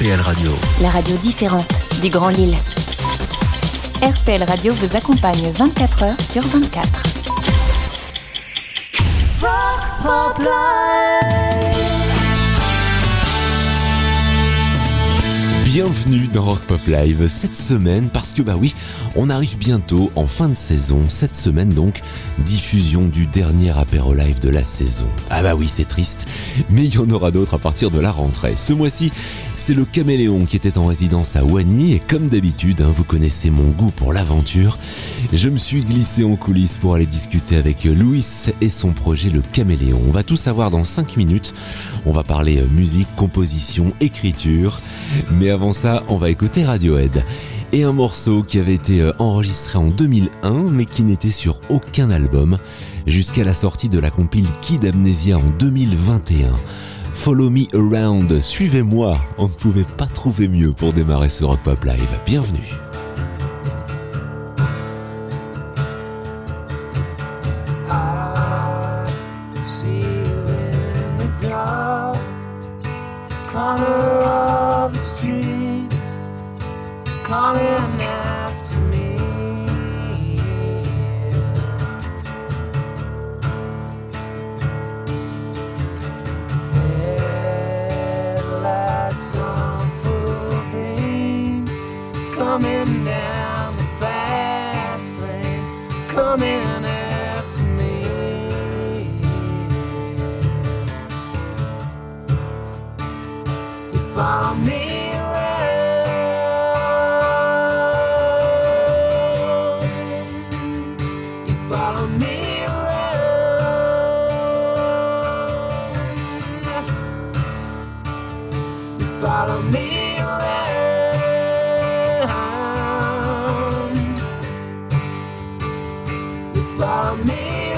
RPL Radio. La radio différente du Grand Lille. RPL Radio vous accompagne 24 heures sur 24. Rock Pop Live. Bienvenue dans Rock Pop Live cette semaine parce que on arrive bientôt en fin de saison. Cette semaine donc, diffusion du dernier apéro live de la saison. C'est triste, mais il y en aura d'autres à partir de la rentrée. Ce mois-ci, c'est le Caméléon qui était en résidence à Wany et comme d'habitude, vous connaissez mon goût pour l'aventure. Je me suis glissé en coulisses pour aller discuter avec Louis et son projet Le Caméléon. On va tout savoir dans 5 minutes. On va parler musique, composition, écriture. Mais avant ça, on va écouter Radiohead. Et un morceau qui avait été enregistré en 2001, mais qui n'était sur aucun album, jusqu'à la sortie de la compile Kid Amnesia en 2021. Follow Me Around, suivez-moi, on ne pouvait pas trouver mieux pour démarrer ce Rock Pop Live. Bienvenue. Corner of the street, calling after me. Headlights on full beam, coming down the fast lane, coming after me. Follow me around. You follow me around. You follow me around. You follow me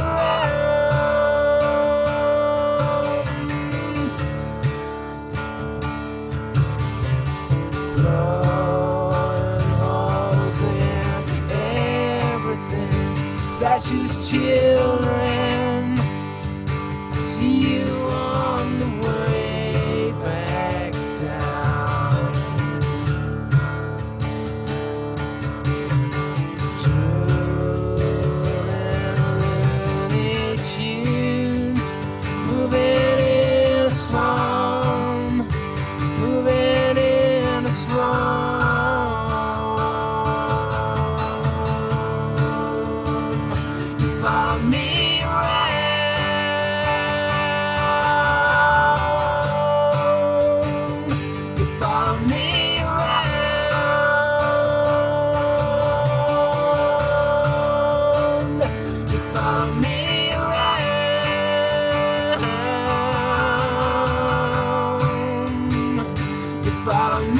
that's just children. See you on the way back down. Drooling Looney Tunes, moving in a swarm, moving in a swarm. Follow me around. You follow me around. You follow me around. You follow me.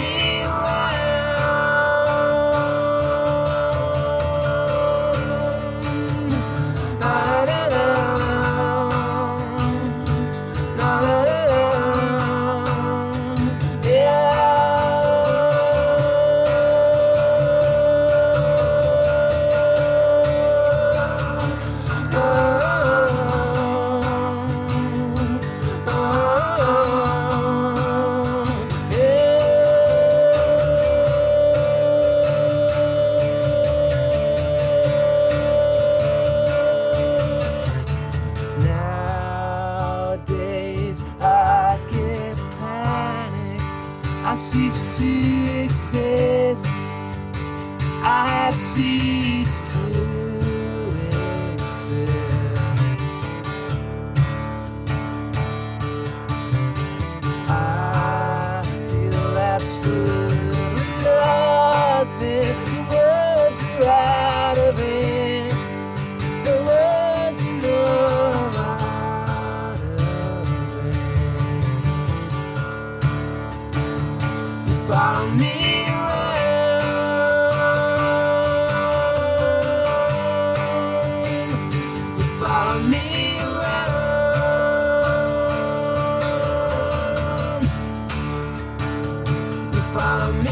I cease to exist. I have ceased to exist. I feel absolutely nothing. The words are out of it. The words are not out of it. You follow me around. You follow me around. You follow me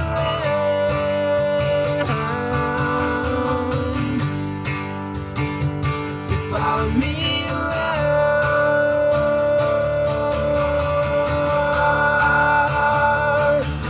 around. You follow me around.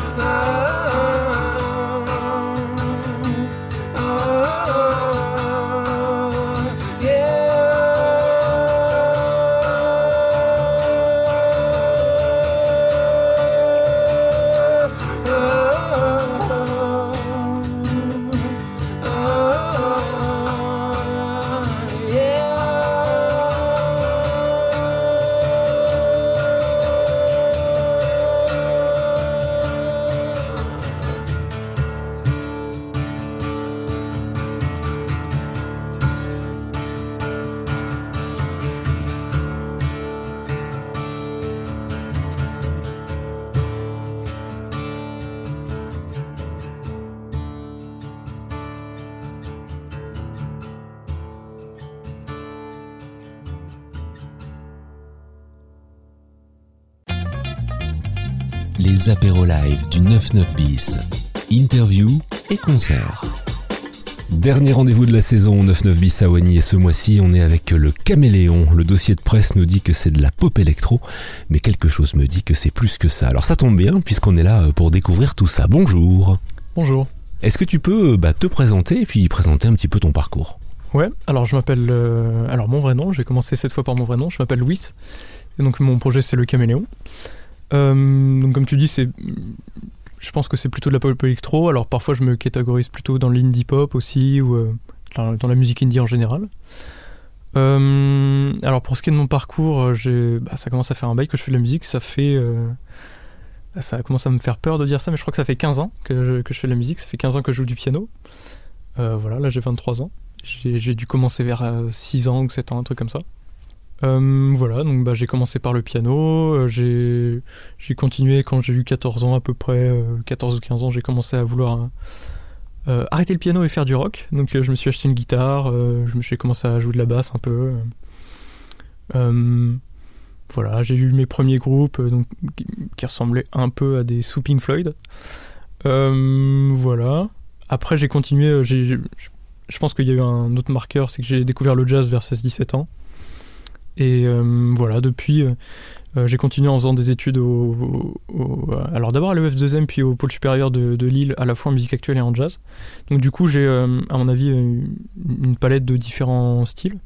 les apéros live du 99 bis. Interview et concert. Dernier rendez-vous de la saison 99 bis à Wany et ce mois-ci on est avec le Caméléon. Le dossier de presse nous dit que c'est de la pop électro, mais quelque chose me dit que c'est plus que ça. Alors ça tombe bien puisqu'on est là pour découvrir tout ça. Bonjour. Bonjour. Est-ce que tu peux te présenter et puis présenter un petit peu ton parcours ? Ouais, alors je m'appelle... alors mon vrai nom, j'ai commencé cette fois par mon vrai nom, je m'appelle Louis. Et donc mon projet c'est le Caméléon. Donc comme tu dis, je pense que c'est plutôt de la pop électro. Alors parfois je me catégorise plutôt dans l'indie pop aussi, ou dans la musique indie en général. Alors pour ce qui est de mon parcours, ça commence à faire un bail que je fais de la musique. Ça commence à me faire peur de dire ça, mais je crois que ça fait 15 ans que je fais de la musique. Ça fait 15 ans que je joue du piano. Voilà, là j'ai 23 ans. J'ai dû commencer vers 6 ans ou 7 ans, un truc comme ça. Voilà, donc j'ai commencé par le piano, j'ai continué quand j'ai eu 14 ans à peu près, 14 ou 15 ans, j'ai commencé à vouloir arrêter le piano et faire du rock. Donc je me suis acheté une guitare, j'ai commencé à jouer de la basse un peu. Voilà, j'ai eu mes premiers groupes qui ressemblaient un peu à des sous Pink Floyd. Voilà. Après j'ai continué, je pense qu'il y a eu un autre marqueur, c'est que j'ai découvert le jazz vers 16-17 ans. Et voilà, depuis, j'ai continué en faisant des études alors d'abord à l'EF2M, puis au pôle supérieur de Lille, à la fois en musique actuelle et en jazz. Donc du coup, j'ai, à mon avis, une palette de différents styles.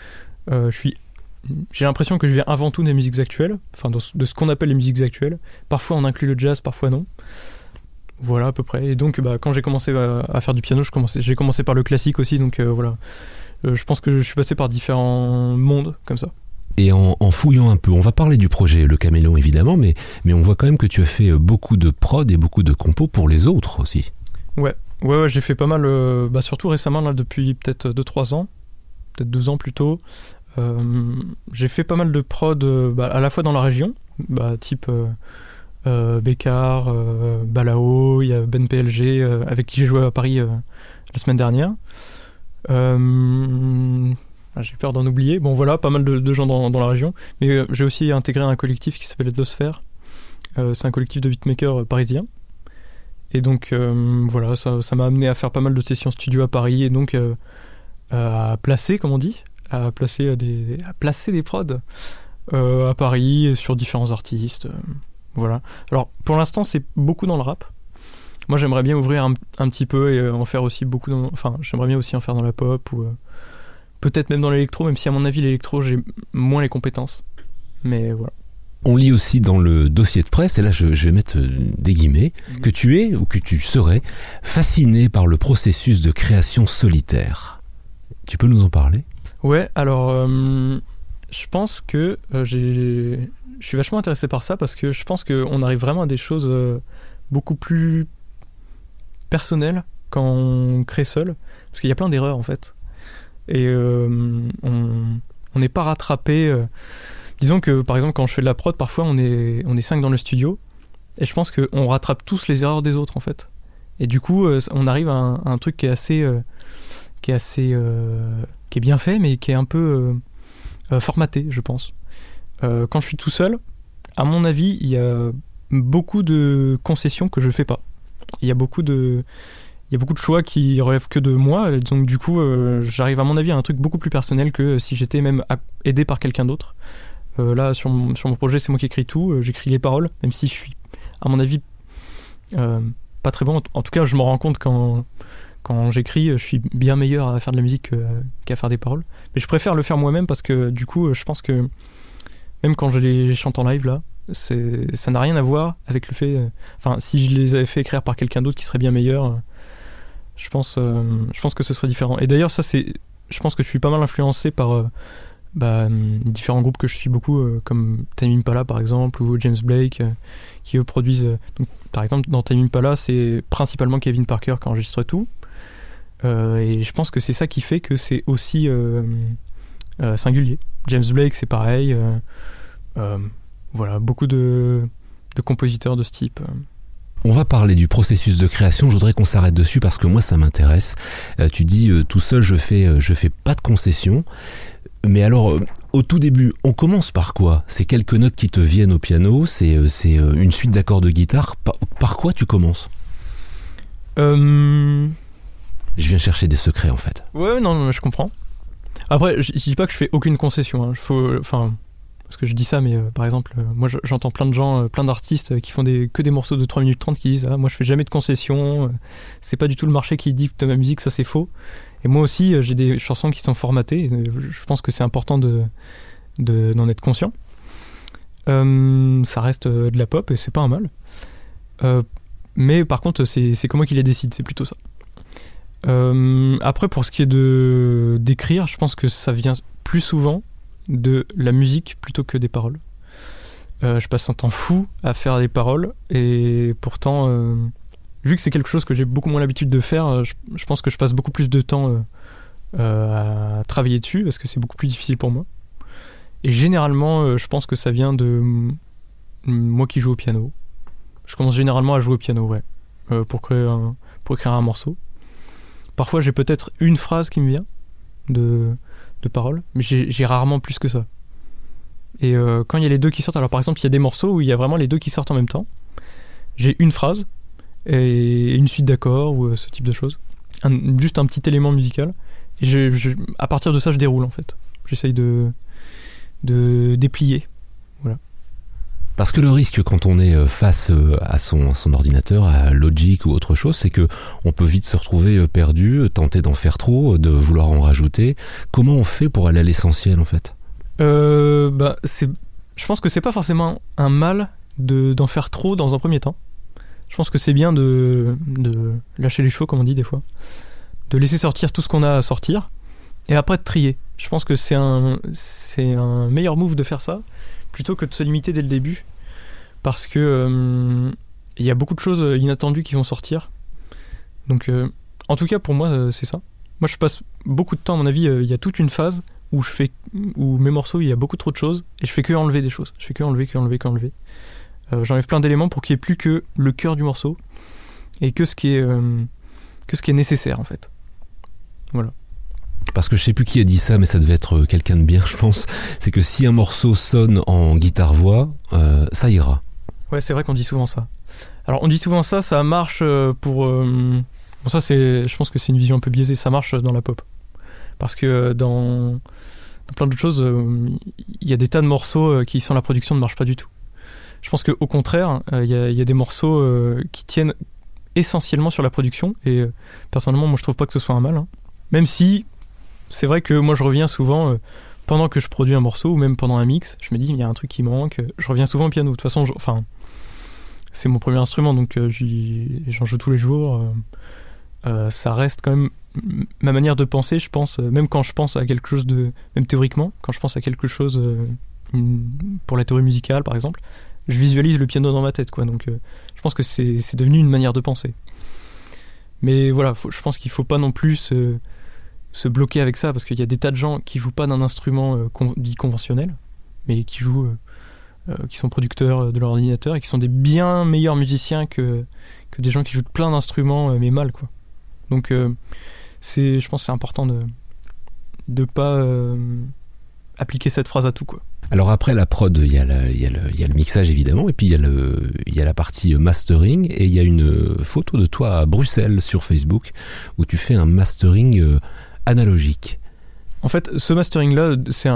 J'ai l'impression que je viens avant tout des musiques actuelles, enfin de ce qu'on appelle les musiques actuelles. Parfois on inclut le jazz, parfois non. Voilà à peu près. Et donc quand j'ai commencé à faire du piano, j'ai commencé par le classique aussi, donc voilà. Je pense que je suis passé par différents mondes comme ça. Et en fouillant un peu, on va parler du projet Le Caméléon évidemment, mais on voit quand même que tu as fait beaucoup de prod et beaucoup de compos pour les autres aussi. Ouais, j'ai fait pas mal, surtout récemment, là, depuis peut-être 2-3 ans, peut-être 2 ans plutôt. J'ai fait pas mal de prod à la fois dans la région, type Bécard, Balao, il y a Ben PLG avec qui j'ai joué à Paris la semaine dernière. J'ai peur d'en oublier. Bon voilà, pas mal de gens dans la région. Mais j'ai aussi intégré un collectif qui s'appelle Atmosphère. C'est un collectif de beatmakers parisiens. Et donc voilà, ça m'a amené à faire pas mal de sessions studio à Paris et donc à placer, comme on dit, à placer des prods à Paris sur différents artistes. Voilà. Alors pour l'instant, c'est beaucoup dans le rap. Moi, j'aimerais bien ouvrir un petit peu et en faire aussi beaucoup j'aimerais bien aussi en faire dans la pop ou peut-être même dans l'électro, même si à mon avis, l'électro, j'ai moins les compétences. Mais voilà. On lit aussi dans le dossier de presse, et là je vais mettre des guillemets, que tu es ou que tu serais fasciné par le processus de création solitaire. Tu peux nous en parler ? Ouais, alors je pense que je suis vachement intéressé par ça parce que je pense qu'on arrive vraiment à des choses beaucoup plus personnelles quand on crée seul, parce qu'il y a plein d'erreurs en fait. Et on n'est pas rattrapé. Disons que par exemple quand je fais de la prod, parfois on est 5 dans le studio et je pense qu'on rattrape tous les erreurs des autres en fait. Et du coup on arrive à un truc qui est bien fait mais qui est un peu formaté, je pense. Quand je suis tout seul, à mon avis, il y a beaucoup de concessions que je fais pas. Il y a beaucoup de choix qui relèvent que de moi, donc du coup j'arrive à mon avis à un truc beaucoup plus personnel que si j'étais même aidé par quelqu'un d'autre. Là sur mon projet c'est moi qui écris tout, j'écris les paroles, même si je suis à mon avis pas très bon. En tout cas je me rends compte quand j'écris, je suis bien meilleur à faire de la musique qu'à faire des paroles. Mais je préfère le faire moi-même parce que du coup je pense que même quand je les chante en live là, ça n'a rien à voir avec le fait... si je les avais fait écrire par quelqu'un d'autre qui serait bien meilleur, je pense que ce serait différent. Et d'ailleurs, je pense que je suis pas mal influencé par différents groupes que je suis beaucoup, comme Tame Impala par exemple, ou James Blake, qui eux produisent... donc, par exemple, dans Tame Impala, c'est principalement Kevin Parker qui enregistre tout. Et je pense que c'est ça qui fait que c'est aussi singulier. James Blake, c'est pareil. Voilà, beaucoup de compositeurs de ce type. On va parler du processus de création, je voudrais qu'on s'arrête dessus parce que moi ça m'intéresse. Tu dis tout seul je fais pas de concessions, mais alors au tout début, on commence par quoi? C'est quelques notes qui te viennent au piano, c'est une suite d'accords de guitare. Par quoi tu commences? Je viens chercher des secrets en fait. Ouais, non, je comprends. Après, je dis pas que je fais aucune concession. Hein. Parce que je dis ça, mais par exemple, moi j'entends plein de gens, plein d'artistes qui font que des morceaux de 3 minutes 30 qui disent « Ah, moi je fais jamais de concessions, c'est pas du tout le marché qui dicte ma musique, ça c'est faux. » Et moi aussi, j'ai des chansons qui sont formatées. Je pense que c'est important d'en être conscient. Ça reste de la pop et c'est pas un mal. Mais par contre, c'est que moi qui les décide, c'est plutôt ça. Après, pour ce qui est d'écrire, je pense que ça vient plus souvent de la musique plutôt que des paroles. Je passe un temps fou à faire des paroles et pourtant, vu que c'est quelque chose que j'ai beaucoup moins l'habitude de faire, je pense que je passe beaucoup plus de temps à travailler dessus parce que c'est beaucoup plus difficile pour moi. Et généralement, je pense que ça vient de moi qui joue au piano. Je commence généralement à jouer au piano, ouais, pour écrire un morceau. Parfois, j'ai peut-être une phrase qui me vient de paroles, mais j'ai rarement plus que ça. Et quand il y a les deux qui sortent, alors par exemple, il y a des morceaux où il y a vraiment les deux qui sortent en même temps. J'ai une phrase et une suite d'accords ou ce type de choses. Juste un petit élément musical. Et à partir de ça, je déroule en fait. J'essaye de déplier. Voilà. Parce que le risque quand on est face à son ordinateur, à Logic ou autre chose, c'est que on peut vite se retrouver perdu, tenter d'en faire trop, de vouloir en rajouter. Comment on fait pour aller à l'essentiel en fait? Je pense que c'est pas forcément un mal d'en faire trop dans un premier temps. Je pense que c'est bien de lâcher les chevaux, comme on dit des fois. De laisser sortir tout ce qu'on a à sortir et après de trier. Je pense que c'est un meilleur move de faire ça plutôt que de se limiter dès le début, parce que y a beaucoup de choses inattendues qui vont sortir. Donc, en tout cas pour moi, c'est ça. Moi, je passe beaucoup de temps, à mon avis, il y a toute une phase où mes morceaux, il y a beaucoup trop de choses et je fais que enlever des choses. Je fais que enlever. J'enlève plein d'éléments pour qu'il n'y ait plus que le cœur du morceau et que ce qui est nécessaire en fait. Voilà. Parce que je sais plus qui a dit ça, mais ça devait être quelqu'un de bien, je pense. C'est que si un morceau sonne en guitare-voix, ça ira. Ouais, c'est vrai qu'on dit souvent ça. Alors on dit souvent ça marche pour... Bon, ça je pense que c'est une vision un peu biaisée, ça marche dans la pop. Parce que dans plein d'autres choses, il y a des tas de morceaux qui sans la production ne marchent pas du tout. Je pense qu'au contraire, il y a des morceaux qui tiennent essentiellement sur la production, et personnellement, moi je trouve pas que ce soit un mal. Hein. Même si... C'est vrai que moi je reviens souvent pendant que je produis un morceau ou même pendant un mix, je me dis il y a un truc qui manque, je reviens souvent au piano. De toute façon, c'est mon premier instrument donc j'en joue tous les jours. Ça reste quand même ma manière de penser, je pense, même quand je pense à quelque chose même théoriquement, quand je pense à quelque chose pour la théorie musicale par exemple, je visualise le piano dans ma tête, quoi. Donc je pense que c'est devenu une manière de penser. Mais voilà, je pense qu'il faut pas non plus se bloquer avec ça, parce qu'il y a des tas de gens qui jouent pas d'un instrument dit conventionnel, mais qui jouent, qui sont producteurs de leur ordinateur et qui sont des bien meilleurs musiciens que des gens qui jouent de plein d'instruments mais mal, quoi. Donc je pense que c'est important de pas appliquer cette phrase à tout, quoi. Alors après la prod, il y a le mixage évidemment, et puis il y a la partie mastering, et il y a une photo de toi à Bruxelles sur Facebook où tu fais un mastering analogique. En fait, ce mastering-là,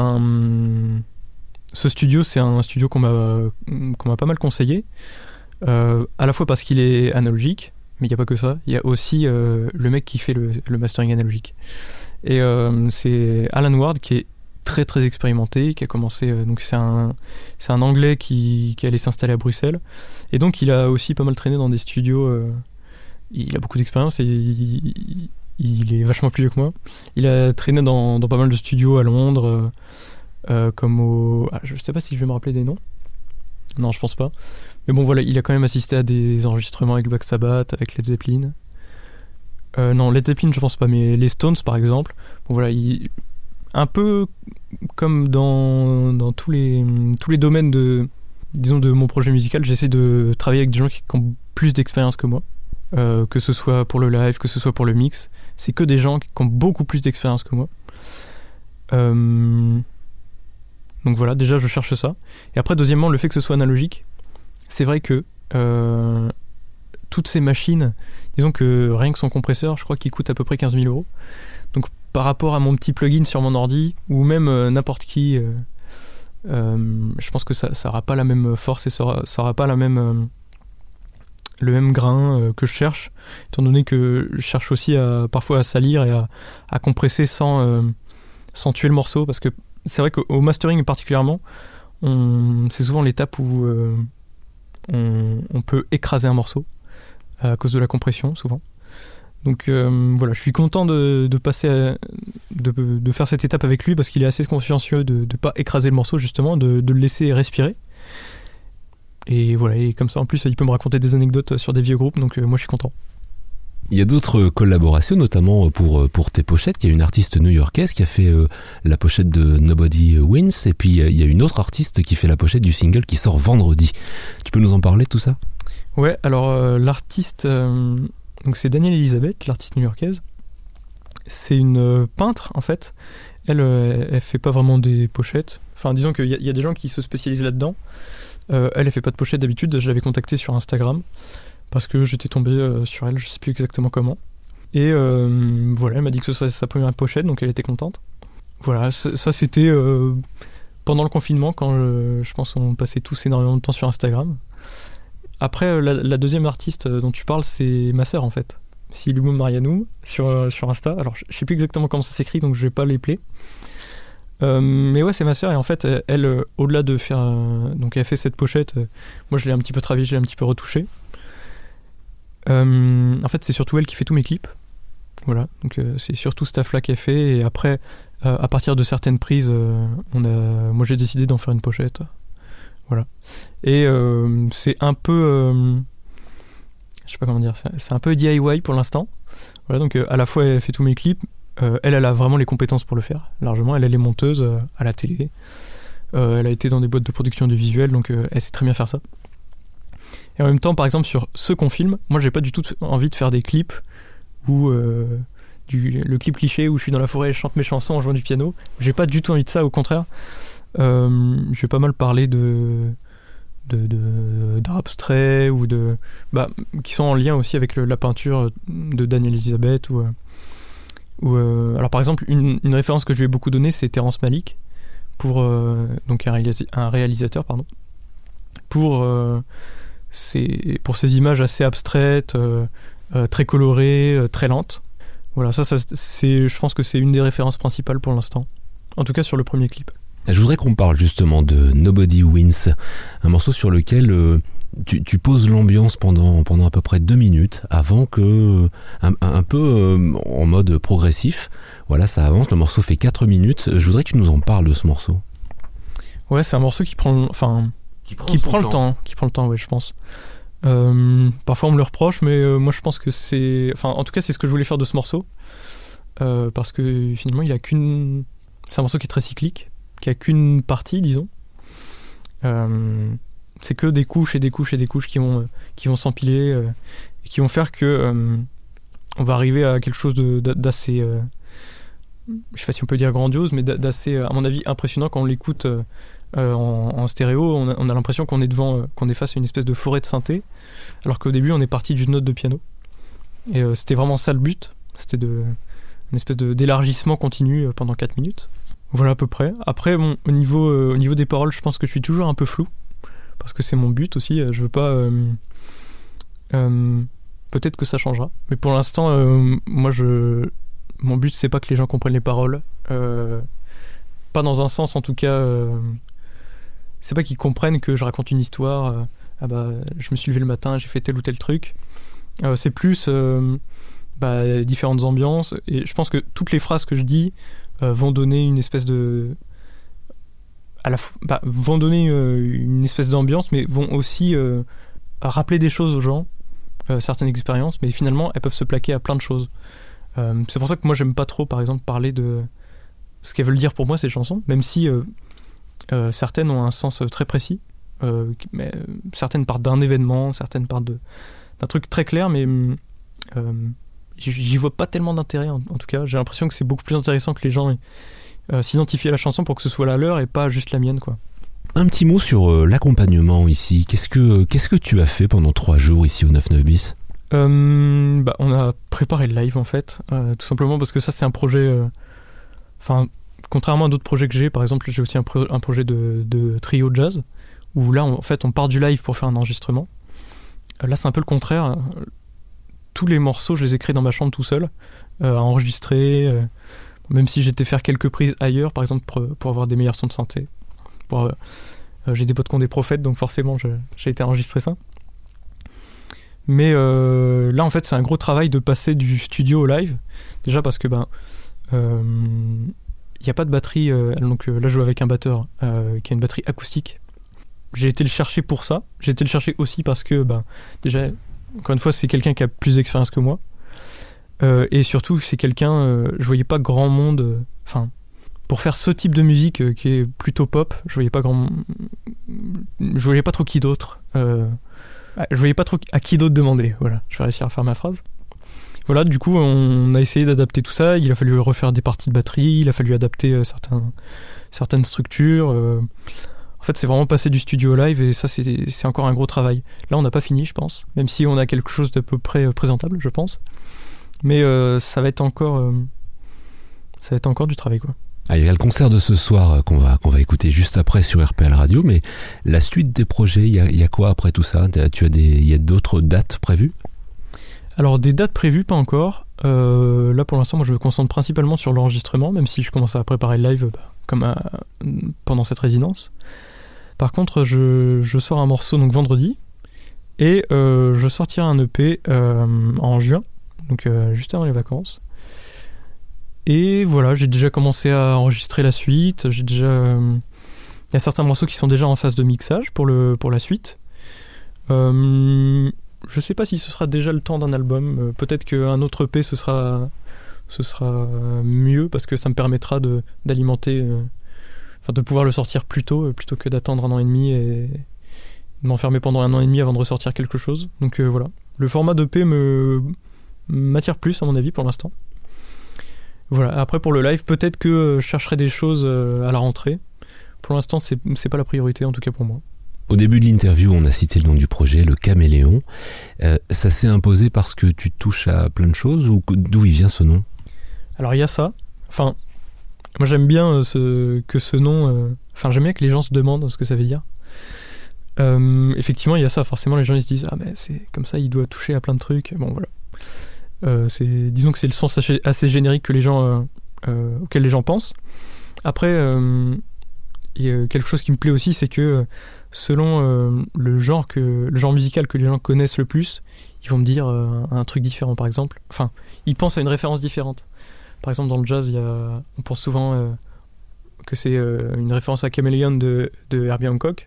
ce studio, c'est un studio qu'on m'a pas mal conseillé, à la fois parce qu'il est analogique, mais il n'y a pas que ça, il y a aussi le mec qui fait le mastering analogique. Et c'est Alan Ward qui est très très expérimenté, qui a commencé, donc c'est un Anglais qui allait s'installer à Bruxelles, et donc il a aussi pas mal traîné dans des studios, il a beaucoup d'expérience et il est vachement plus vieux que moi. Il a traîné dans pas mal de studios à Londres, comme je sais pas si je vais me rappeler des noms. Non, je pense pas. Mais bon, voilà, il a quand même assisté à des enregistrements avec Black Sabbath, avec Led Zeppelin. Non, Led Zeppelin, je pense pas, mais les Stones, par exemple. Bon, voilà, un peu comme dans tous les domaines de mon projet musical, j'essaie de travailler avec des gens qui ont plus d'expérience que moi. Que ce soit pour le live, que ce soit pour le mix, c'est que des gens qui ont beaucoup plus d'expérience que moi. Donc voilà, déjà je cherche ça. Et après, deuxièmement, le fait que ce soit analogique, c'est vrai que toutes ces machines, disons que rien que son compresseur, je crois qu'il coûte à peu près 15 000 €. Donc par rapport à mon petit plugin sur mon ordi, ou même n'importe qui, je pense que ça n'aura pas la même force et ça aura pas la même, le même grain que je cherche, étant donné que je cherche aussi parfois à salir et à compresser sans tuer le morceau, parce que c'est vrai qu'au mastering particulièrement, c'est souvent l'étape où on peut écraser un morceau à cause de la compression souvent. Donc voilà, je suis content de passer de faire cette étape avec lui, parce qu'il est assez consciencieux de ne pas écraser le morceau, justement, de le laisser respirer. Et voilà, et comme ça en plus il peut me raconter des anecdotes sur des vieux groupes, donc moi je suis content. Il y a d'autres collaborations, notamment pour tes pochettes. Il y a une artiste new-yorkaise qui a fait la pochette de Nobody Wins, et puis il y a une autre artiste qui fait la pochette du single qui sort vendredi. Tu peux nous en parler de tout ça ? Ouais, alors l'artiste, donc c'est Danielle Elisabeth, l'artiste new-yorkaise. C'est une peintre en fait. Elle fait pas vraiment des pochettes. Enfin, disons qu'il y a des gens qui se spécialisent là-dedans. Elle fait pas de pochette d'habitude. Je l'avais contactée sur Instagram parce que j'étais tombé sur elle, je sais plus exactement comment. Et voilà, elle m'a dit que ce serait sa première pochette, donc elle était contente. Voilà, ça c'était pendant le confinement, quand je pense qu'on passait tous énormément de temps sur Instagram. Après, la deuxième artiste dont tu parles, c'est ma sœur en fait. Silumum Marianum sur Insta. Alors je sais plus exactement comment ça s'écrit, donc je vais pas l'épeler. Mais ouais, c'est ma sœur, et en fait elle au-delà de faire donc elle fait cette pochette, moi je l'ai un petit peu travaillée, je l'ai un petit peu retouchée. En fait c'est surtout elle qui fait tous mes clips, voilà, donc c'est surtout ce taf là qu'elle fait, et après à partir de certaines prises moi j'ai décidé d'en faire une pochette, voilà. Et c'est un peu je sais pas comment dire, c'est un peu DIY pour l'instant, voilà. Donc à la fois elle fait tous mes clips, elle a vraiment les compétences pour le faire, largement. Elle est monteuse à la télé. Elle a été dans des boîtes de production de visuels, donc elle sait très bien faire ça. Et en même temps, par exemple, sur ce qu'on filme, moi j'ai pas du tout envie de faire des clips où le clip cliché où je suis dans la forêt et je chante mes chansons en jouant du piano. J'ai pas du tout envie de ça, au contraire. Je vais pas mal parler d'art abstrait ou qui sont en lien aussi avec la peinture de Danielle Elisabeth alors par exemple une référence que je lui ai beaucoup donnée, c'est Terrence Malick, donc un réalisateur pour ces images assez abstraites, très colorées, très lentes. Voilà, ça je pense que c'est une des références principales pour l'instant, en tout cas sur le premier clip. Je voudrais qu'on parle justement de Nobody Wins, un morceau sur lequel tu poses l'ambiance pendant à peu près 2 minutes avant que, un peu en mode progressif, voilà, ça avance. Le morceau fait 4 minutes. Je voudrais que tu nous en parles de ce morceau. Ouais, c'est un morceau qui prend le temps, ouais, je pense. Parfois on me le reproche, mais moi je pense que en tout cas c'est ce que je voulais faire de ce morceau, parce que finalement c'est un morceau qui est très cyclique, qui a qu'une partie, disons. C'est que des couches et des couches et des couches qui vont s'empiler, et qui vont faire que on va arriver à quelque chose d'assez, je sais pas si on peut dire grandiose, mais d'assez, à mon avis, impressionnant quand on l'écoute en stéréo. On a l'impression qu'on est face à une espèce de forêt de synthé, alors qu'au début on est parti d'une note de piano. Et c'était vraiment ça le but, c'était une espèce d'élargissement continu pendant 4 minutes. Voilà à peu près. Après, bon, au niveau des paroles, je pense que je suis toujours un peu flou, parce que c'est mon but aussi. Je veux pas. Peut-être que ça changera, mais pour l'instant, moi, mon but c'est pas que les gens comprennent les paroles, pas dans un sens en tout cas. C'est pas qu'ils comprennent que je raconte une histoire. Je me suis levé le matin, j'ai fait tel ou tel truc. C'est plus différentes ambiances, et je pense que toutes les phrases que je dis vont donner une espèce vont donner une espèce d'ambiance, mais vont aussi rappeler des choses aux gens, certaines expériences, mais finalement elles peuvent se plaquer à plein de choses. C'est pour ça que moi j'aime pas trop, par exemple, parler de ce qu'elles veulent dire pour moi, ces chansons, même si certaines ont un sens très précis, mais certaines partent d'un événement, certaines partent d'un truc très clair, mais j'y vois pas tellement d'intérêt, en tout cas. J'ai l'impression que c'est beaucoup plus intéressant que les gens s'identifier à la chanson pour que ce soit la leur et pas juste la mienne, quoi. Un petit mot sur l'accompagnement ici. Qu'est-ce que tu as fait pendant 3 jours ici au 99 bis ? On a préparé le live en fait, tout simplement parce que ça c'est un projet... contrairement à d'autres projets que j'ai, par exemple j'ai aussi un projet de trio jazz, où là en fait on part du live pour faire un enregistrement. Là c'est un peu le contraire. Tous les morceaux je les ai créés dans ma chambre tout seul, à enregistrer, même si j'étais faire quelques prises ailleurs, par exemple pour avoir des meilleurs sons de synthé. J'ai des potes qui ont des prophètes, donc forcément j'ai été enregistrer ça. Mais là en fait c'est un gros travail de passer du studio au live, déjà parce que il n'y a pas de batterie, donc là je joue avec un batteur qui a une batterie acoustique. J'ai été le chercher pour ça, j'ai été le chercher aussi parce que déjà, encore une fois, c'est quelqu'un qui a plus d'expérience que moi, et surtout c'est quelqu'un, je voyais pas grand monde, pour faire ce type de musique qui est plutôt pop, je voyais pas trop qui d'autre, je voyais pas trop à qui d'autre demander, voilà, je vais réussir à faire ma phrase. Voilà, du coup, on a essayé d'adapter tout ça. Il a fallu refaire des parties de batterie, il a fallu adapter certaines structures. En fait, c'est vraiment passer du studio au live et ça, c'est encore un gros travail. Là, on n'a pas fini, je pense, même si on a quelque chose d'à peu près présentable, je pense. Mais ça va être encore du travail, quoi. Ah, il y a le concert de ce soir qu'on va écouter juste après sur RPL Radio, mais la suite des projets, il y a quoi après tout ça ? Il y a d'autres dates prévues ? Alors des dates prévues, pas encore. Là pour l'instant, moi je me concentre principalement sur l'enregistrement, même si je commence à préparer le live pendant cette résidence. Par contre, je sors un morceau donc vendredi et je sortirai un EP en juin, donc juste avant les vacances. Et voilà, j'ai déjà commencé à enregistrer la suite. Il y a certains morceaux qui sont déjà en phase de mixage pour la suite. Je sais pas si ce sera déjà le temps d'un album. Peut-être qu'un autre EP ce sera mieux parce que ça me permettra d'alimenter, de pouvoir le sortir plus tôt plutôt que d'attendre 1 an et demi et de m'enfermer pendant 1 an et demi avant de ressortir quelque chose. Donc voilà, le format d'EP m'attire plus à mon avis pour l'instant. Voilà. Après pour le live, peut-être que je chercherai des choses à la rentrée. Pour l'instant, c'est pas la priorité en tout cas pour moi. Au début de l'interview, on a cité le nom du projet, le Caméléon. Ça s'est imposé parce que tu touches à plein de choses ou d'où il vient ce nom ? Alors il y a ça. Moi j'aime bien que ce nom... j'aime bien que les gens se demandent ce que ça veut dire. Effectivement, il y a ça. Forcément, les gens ils se disent « Ah mais c'est comme ça, il doit toucher à plein de trucs. » Bon voilà. Disons que c'est le sens assez générique que auquel les gens pensent. Après, il y a quelque chose qui me plaît aussi, c'est que selon le genre musical que les gens connaissent le plus, ils vont me dire un truc différent, par exemple. Ils pensent à une référence différente. Par exemple, dans le jazz, on pense souvent que c'est une référence à Chameleon de Herbie Hancock.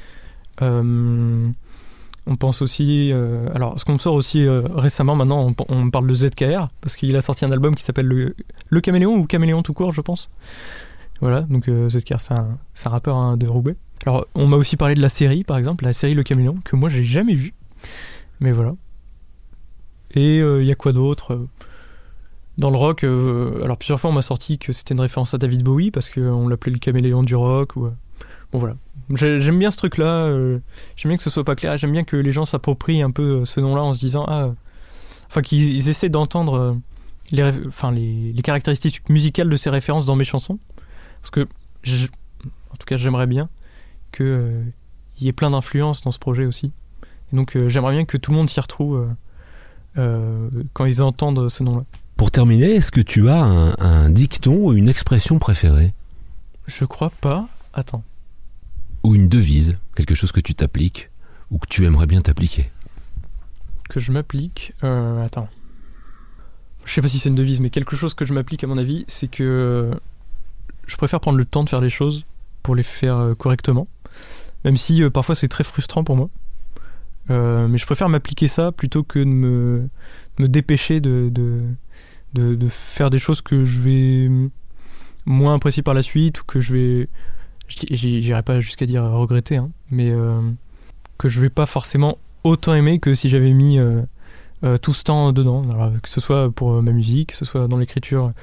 On pense aussi... alors, ce qu'on sort aussi récemment, maintenant, on parle de ZKR, parce qu'il a sorti un album qui s'appelle le Caméléon, ou Caméléon tout court, je pense. Voilà, donc ZKR, c'est un rappeur de Roubaix. Alors, on m'a aussi parlé de la série, par exemple, la série Le Caméléon, que moi, j'ai jamais vue. Mais voilà. Et il y a quoi d'autre dans le rock, alors plusieurs fois, on m'a sorti que c'était une référence à David Bowie, parce qu'on l'appelait le Caméléon du rock, ou... Bon, voilà. J'aime bien ce truc-là, j'aime bien que ce soit pas clair, j'aime bien que les gens s'approprient un peu ce nom-là en se disant... qu'ils essaient d'entendre les caractéristiques musicales de ces références dans mes chansons. Parce que, en tout cas, j'aimerais bien qu'il y ait plein d'influences dans ce projet aussi. Et donc, j'aimerais bien que tout le monde s'y retrouve quand ils entendent ce nom-là. Pour terminer, est-ce que tu as un dicton ou une expression préférée ? Je crois pas. Attends. Ou une devise, quelque chose que tu t'appliques ou que tu aimerais bien t'appliquer ? Que je m'applique... attends. Je sais pas si c'est une devise, mais quelque chose que je m'applique à mon avis, c'est que je préfère prendre le temps de faire les choses pour les faire correctement. Même si parfois c'est très frustrant pour moi. Mais je préfère m'appliquer ça plutôt que de me dépêcher de faire des choses que je vais moins apprécier par la suite ou que je vais... J'irai pas jusqu'à dire regretter, hein, mais que je vais pas forcément autant aimer que si j'avais mis tout ce temps dedans. Alors, que ce soit pour ma musique, que ce soit dans l'écriture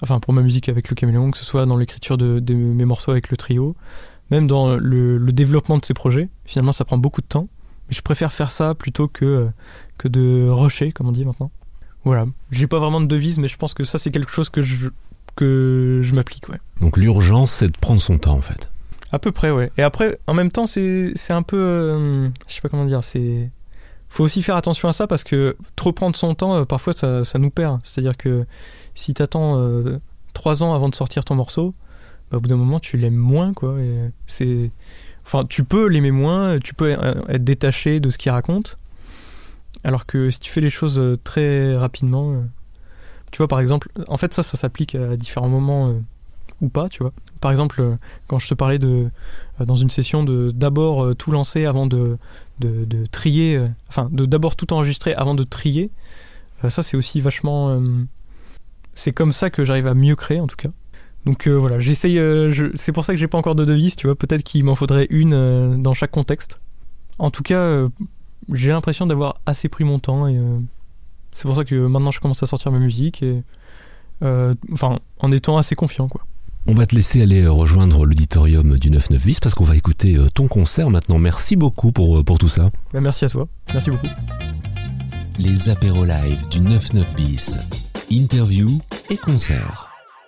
enfin pour ma musique avec le Caméléon, que ce soit dans l'écriture de mes morceaux avec le trio, même dans le développement de ces projets. Finalement, ça prend beaucoup de temps, mais je préfère faire ça plutôt que de rusher, comme on dit maintenant. Voilà, j'ai pas vraiment de devise, mais je pense que ça c'est quelque chose que je m'applique, ouais. Donc l'urgence, c'est de prendre son temps en fait. À peu près, ouais. Et après, en même temps, c'est un peu, je sais pas comment dire, faut aussi faire attention à ça parce que trop prendre son temps, parfois ça nous perd. C'est-à-dire que si t'attends 3 ans avant de sortir ton morceau, bah, au bout d'un moment tu l'aimes moins, quoi. Et enfin, tu peux l'aimer moins, tu peux être détaché de ce qu'il raconte. Alors que si tu fais les choses très rapidement, tu vois, par exemple, en fait ça s'applique à différents moments ou pas, tu vois. Par exemple, quand je te parlais dans une session d'abord tout lancer avant de trier, enfin d'abord tout enregistrer avant de trier, ça c'est aussi vachement... c'est comme ça que j'arrive à mieux créer en tout cas. Donc voilà, j'essaye, c'est pour ça que j'ai pas encore de devise, tu vois, peut-être qu'il m'en faudrait une dans chaque contexte. En tout cas, j'ai l'impression d'avoir assez pris mon temps et c'est pour ça que maintenant je commence à sortir ma musique et enfin en étant assez confiant, quoi. On va te laisser aller rejoindre l'auditorium du 99 bis parce qu'on va écouter ton concert maintenant. Merci beaucoup pour tout ça. Bah, merci à toi, merci beaucoup. Les apéros live du 99 bis, interview et concert.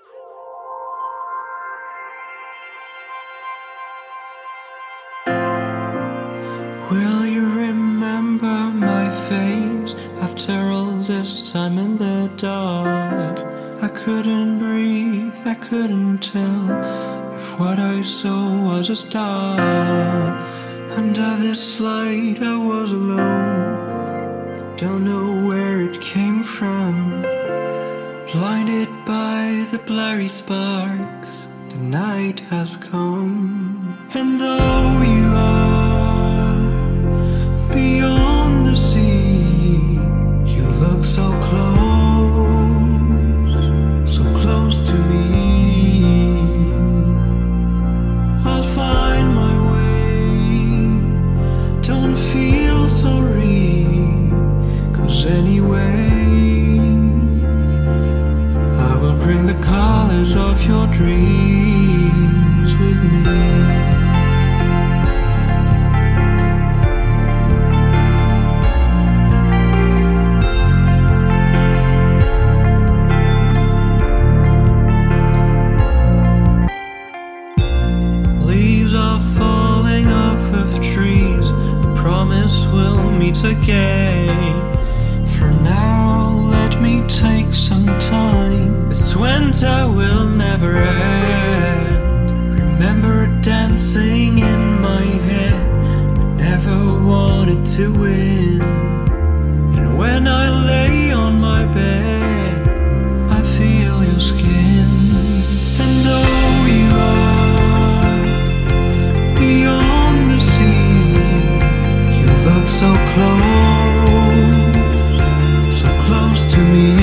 Will you remember my face after all this time in the dark? I couldn't breathe, I couldn't tell if what I saw was a star. Under this light I was alone, don't know where it came from. Blinded by the blurry sparks, the night has come. And though you are beyond the sea, you look so close to me. I'll find my way, don't feel sorry, 'cause anyway I will bring the colors of your dreams with me. Again. For now, let me take some time. This winter will never end. Remember dancing in my head, but never wanted to win. And when I lay on my bed, I feel your skin. And though you are beyond the sea, you look so close to me.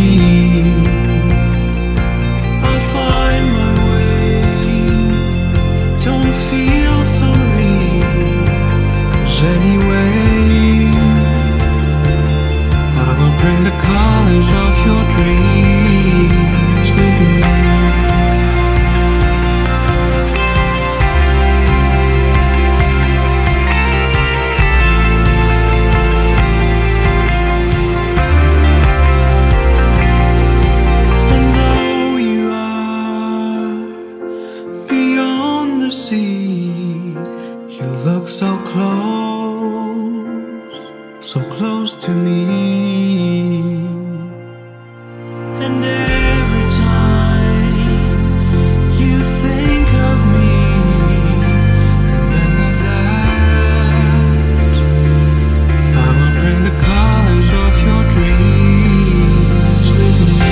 I'll find my way, don't feel sorry, 'cause anyway I will bring the colors of your dreams with me. So close to me. And every time you think of me, remember that I will bring the colors of your dreams with me.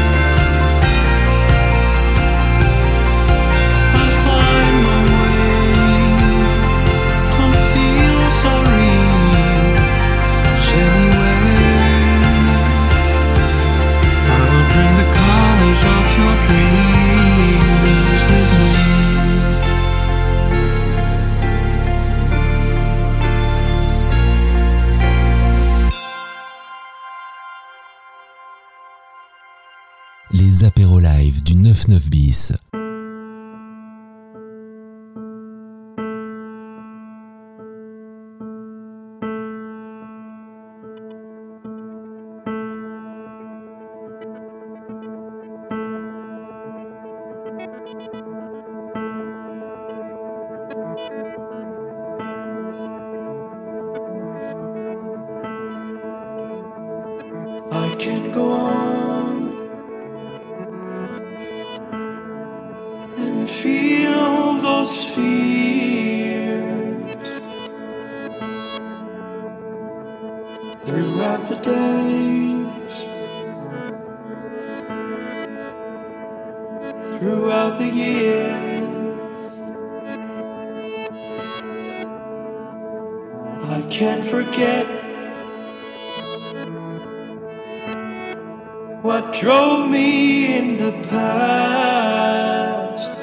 I'll find my way, 9-9 bis. I can go on and feel those fears throughout the days, throughout the years. I can't forget what drove me in the past.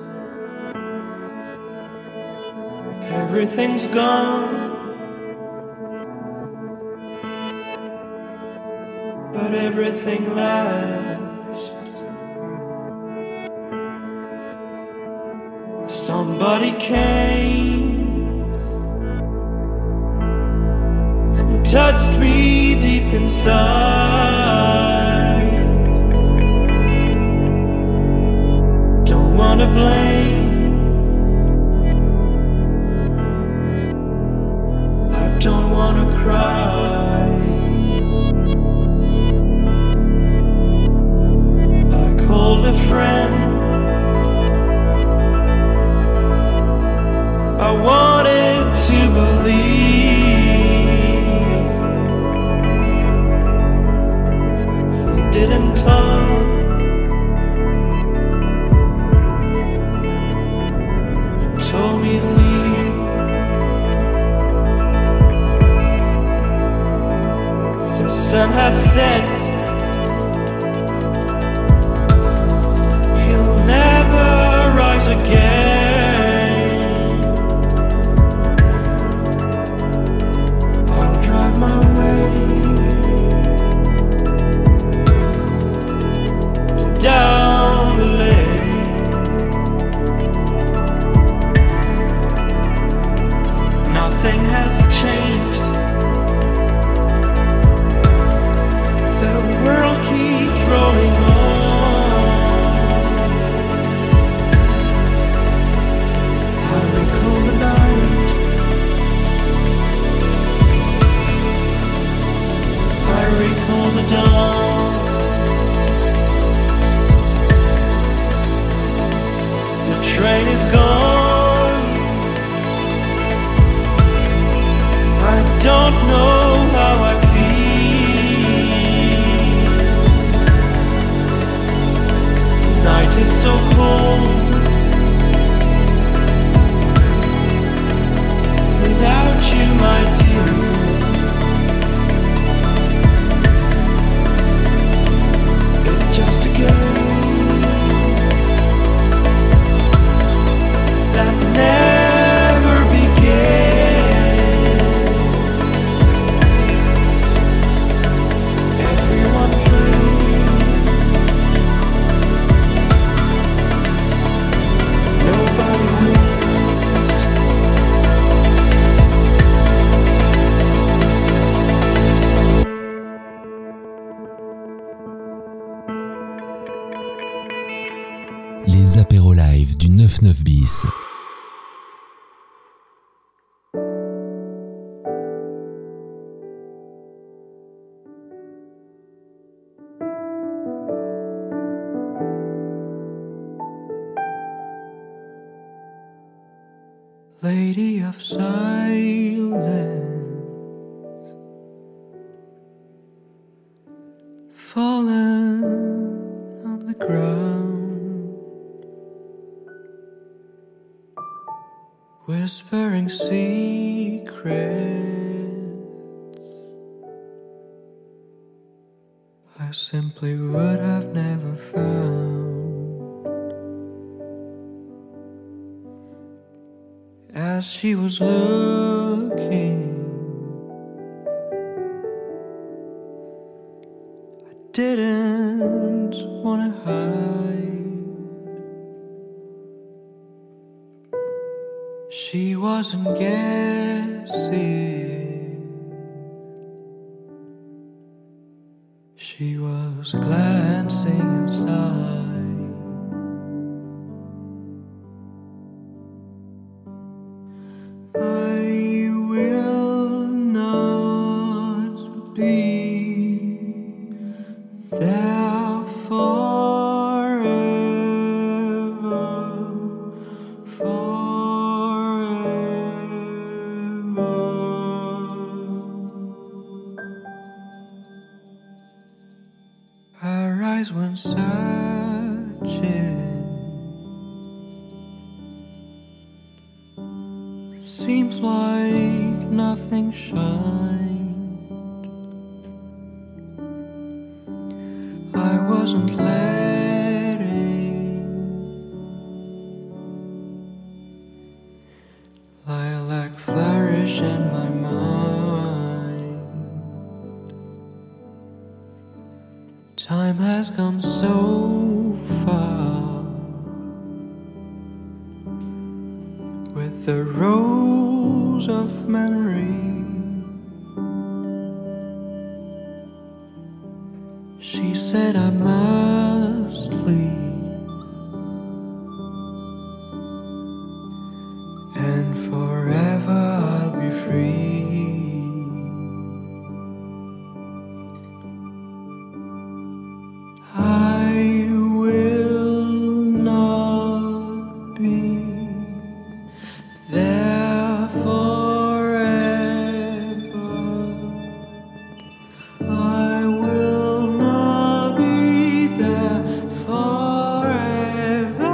Everything's gone, but everything lasts. Somebody came and touched me deep inside. To blame, I don't wanna cry. I called a friend, I wanted to believe. He didn't talk, told me to leave. The sun has set, he'll never rise again. I'll drive my way down the lane. Nothing has changed. The world keeps rolling on. I recall the night, I recall the dawn. The train is gone, I don't know how I feel. The night is so cold without you, my dear. It's just a game that never began. Everyone plays, nobody wins. Les apéros live du 9-9 bis. Lady of silence, fallen on the ground, whispering secrets I simply would have never found. As she was looking, I didn't want to hide. She wasn't guessing, she was glancing inside. I will not be there forever, forever. Her eyes went searching, seems like nothing shined. I wasn't letting lilac flourish in my mind. Time has come so far with the rose of memory. She said I must leave, and forever I'll be free. I will not be there forever. I will not be there forever.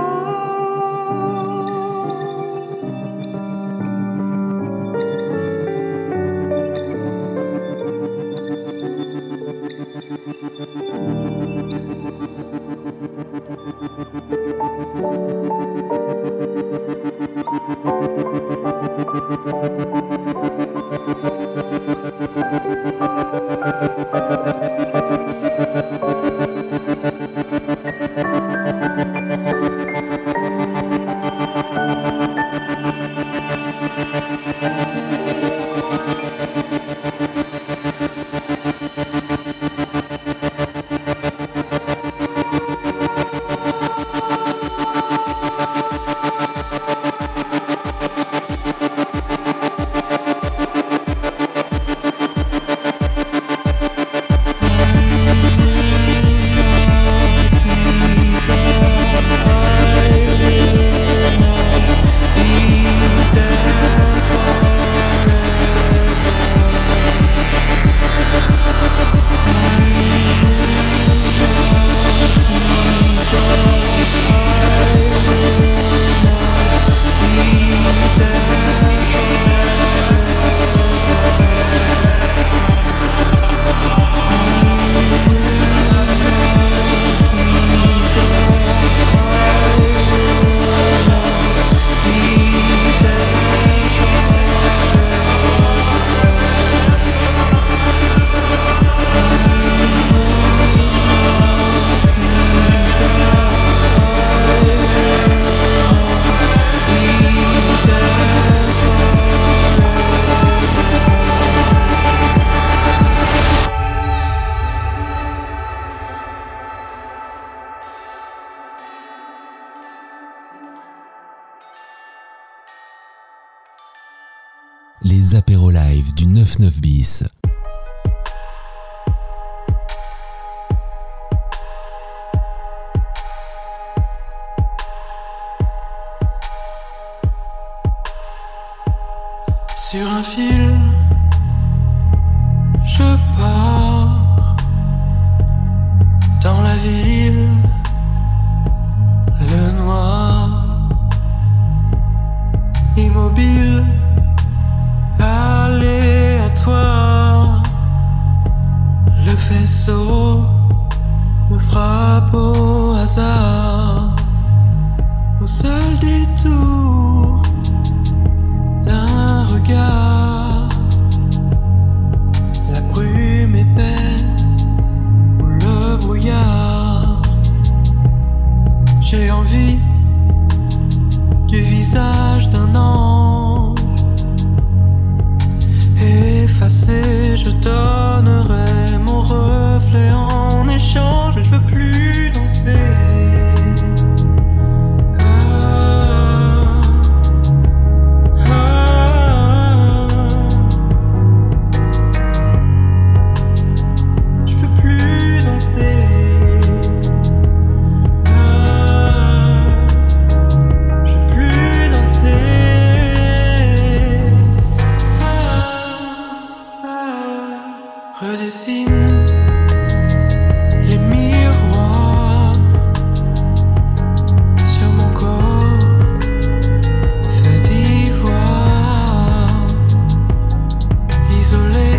Les apéros live du 9-9 bis. Sur un fil, je pars dans la ville, le noir, immobile, aléatoire. Le faisceau me frappe au hasard, au seul détour d'un regard. La brume épaisse ou le brouillard. J'ai envie du visage d'un ange. passé, je donnerai mon reflet en échange, mais je veux plus danser. Redessine les miroirs sur mon corps fait d'ivoire, isolé,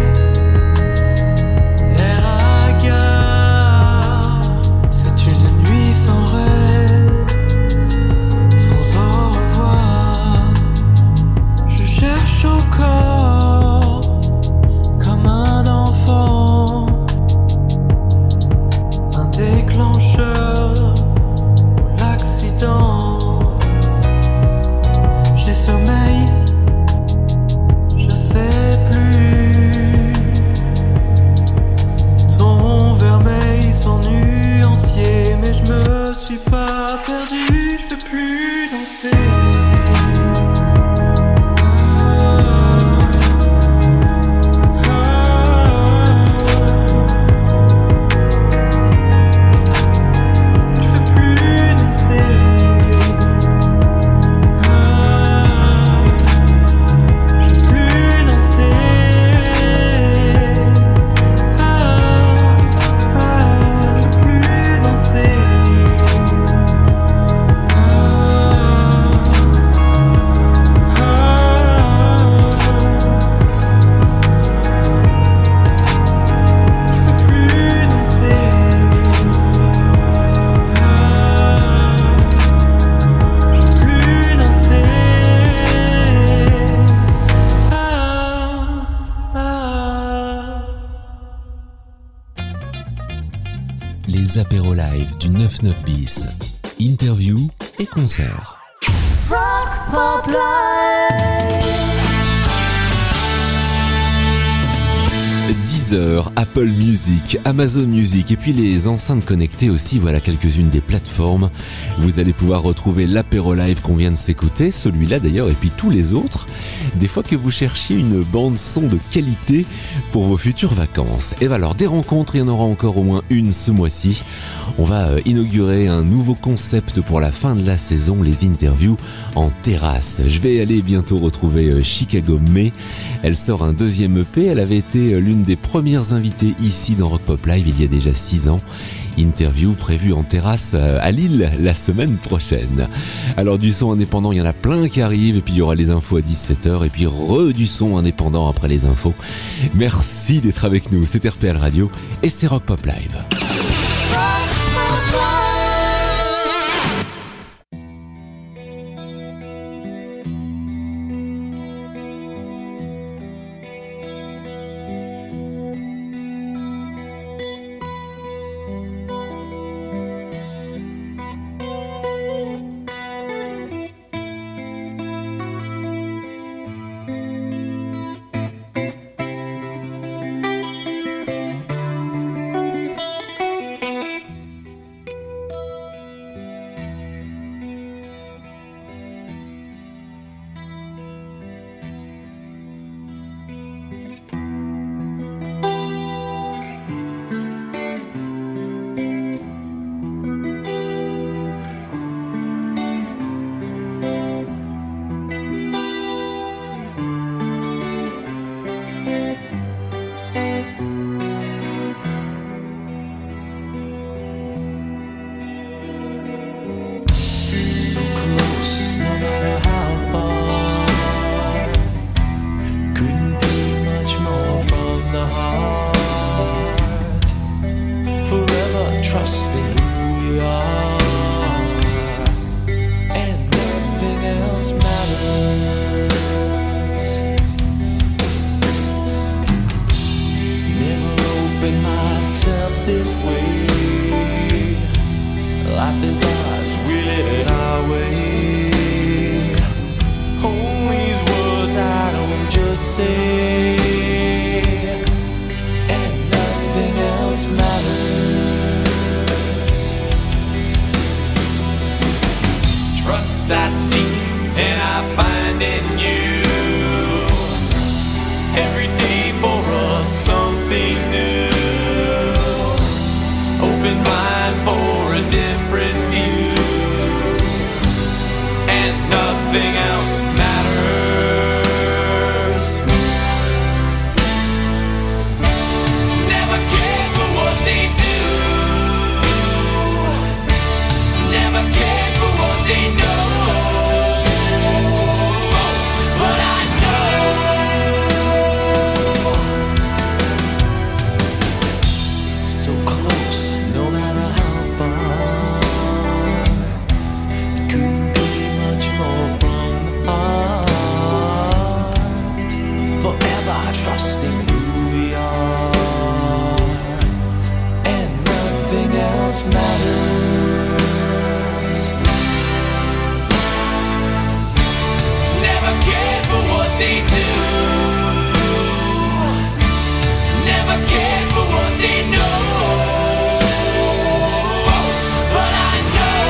l'air hagard. C'est une nuit sans rêve, sans au revoir. Je cherche encore comme un enfant, un déclencheur ou l'accident. J'ai sommeil, je sais plus. Ton vermeil sans nuancier, mais je me suis pas perdu, je veux plus danser. Les apéros live du 9-9 bis. Interview et concert. Rock Pop Live. Deezer, Apple Music, Amazon Music et puis les enceintes connectées aussi, voilà quelques-unes des plateformes. Vous allez pouvoir retrouver l'apéro live qu'on vient de s'écouter, celui-là d'ailleurs et puis tous les autres. Des fois que vous cherchiez une bande son de qualité pour vos futures vacances. Et alors des rencontres, il y en aura encore au moins une ce mois-ci. On va inaugurer un nouveau concept pour la fin de la saison, les interviews en terrasse. Je vais aller bientôt retrouver Chicago May. Elle sort un deuxième EP, elle avait été l'une des premières invitées ici dans Rock Pop Live il y a déjà 6 ans. Interview prévue en terrasse à Lille la semaine prochaine. Alors du son indépendant, il y en a plein qui arrivent et puis il y aura les infos à 17h et puis du son indépendant après les infos. Merci d'être avec nous, c'est RPL Radio et c'est Rock Pop Live. Trust I seek and I find in you. Every day for us something new. Open mind for a different view. And nothing else matters. Never cared for what they do. Never cared for what they know. But I know so close, no matter how far. It couldn't be much more from the heart. Forever trusting who we are. And nothing else matters. Never cared for what they do. Never cared for what they know. But I know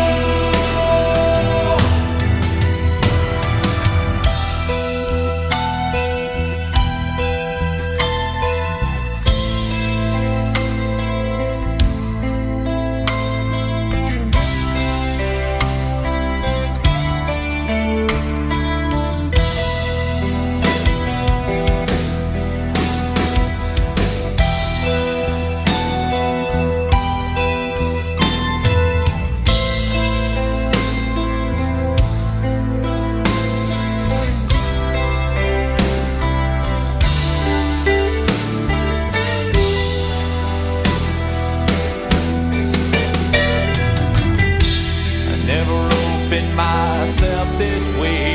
I never opened myself this way.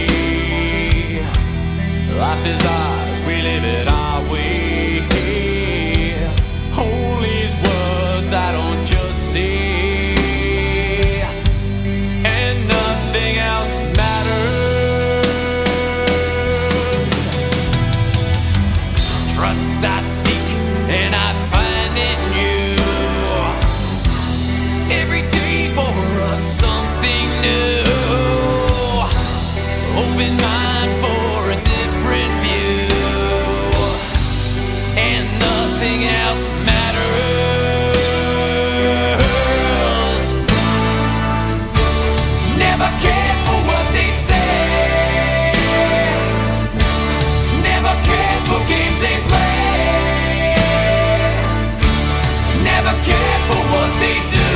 Life is ours, we live it our way. Hold these words I don't just say. And nothing else matters. Trust I seek and I find in you. Every day for us something new. Open mind for a different view. And nothing else matters. Never cared for what they say. Never cared for games they play. Never cared for what they do.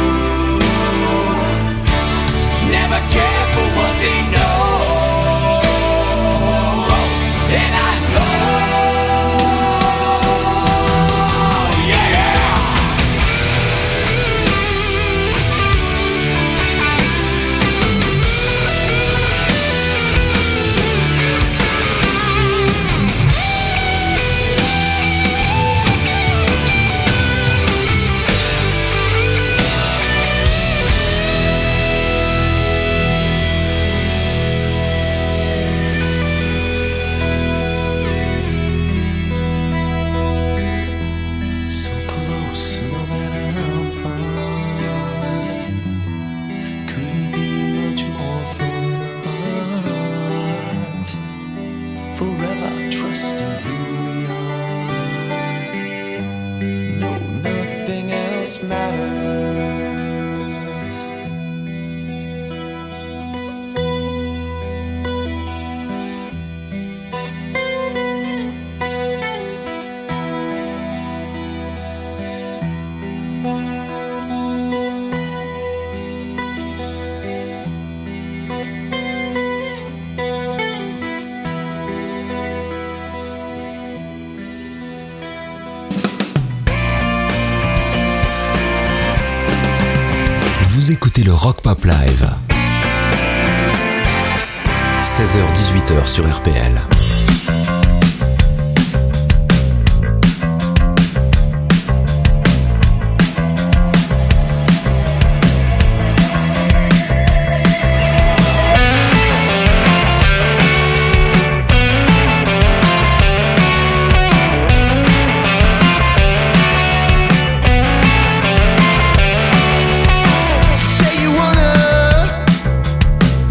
Never cared for what they know. And I know, yeah, yeah. So close, no matter how far. Couldn't be much more from the heart. Forever trusting who we are. No, nothing else matters. Vous écoutez le Rock Pop Live. 16h-18h sur RPL. Say you wanna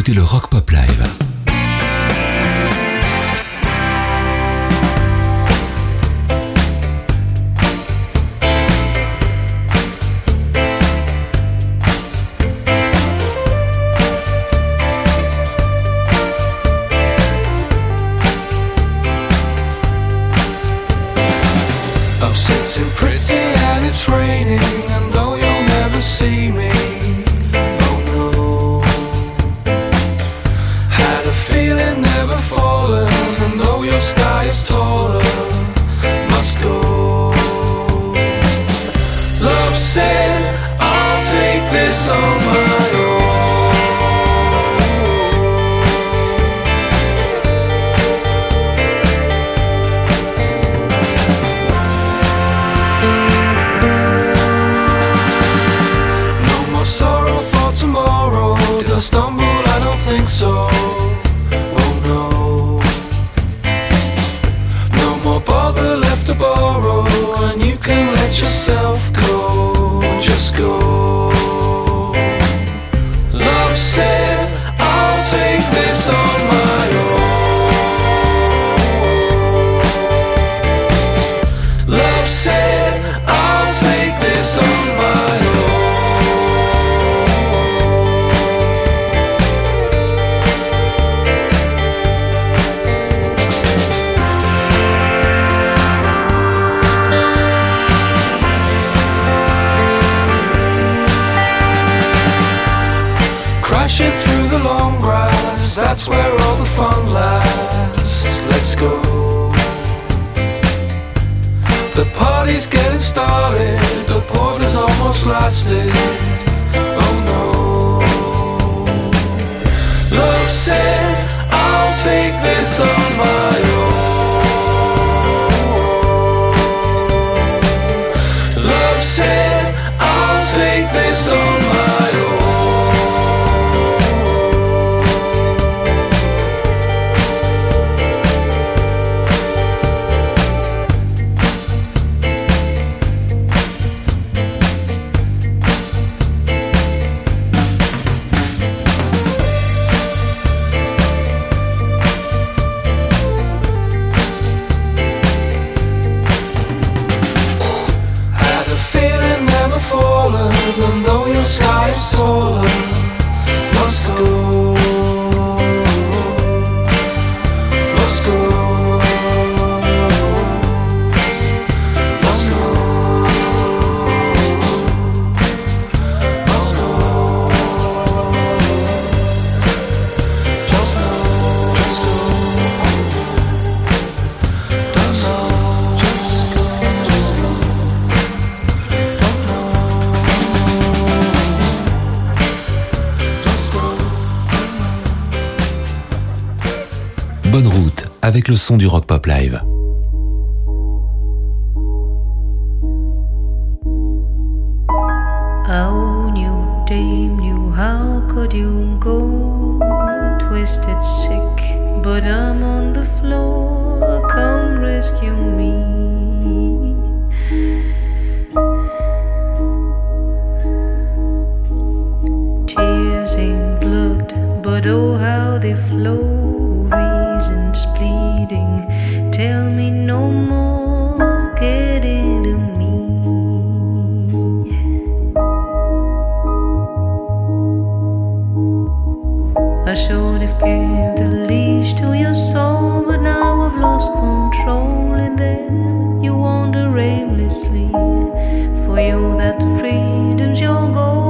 écoutez le Rock Pop Live. Sitting pretty and it's raining, and though you'll never see me, oh no, had a feeling never fallen, and though your sky is taller, must go. Love said, I'll take this on my own. I stumble, I don't think so. Oh no. No more bother left to borrow, and you can let yourself go. Just go. Love said, I'll take this on my own. Love said, I'll take this on my own. Crashing through the long grass, that's where all the fun lasts. Let's go. The party's getting started, the porter's almost lasted. Oh no. Love said, I'll take this on my own. Love said, I'll take this on my own. And though your sky is taller, must go, must go, must go, must go, just go, just go, just go, just go, just go. Bonne route avec le son du Rock Pop Live. Oh, new dame, new, how could you go? Twisted, sick, but I'm on the floor. Come rescue me. Tears ain't blood, but oh, how they flow. Reasons bleeding, tell me no more, get into me. I should have gave the leash to your soul, but now I've lost control, and then you wander aimlessly. For you that freedom's your goal.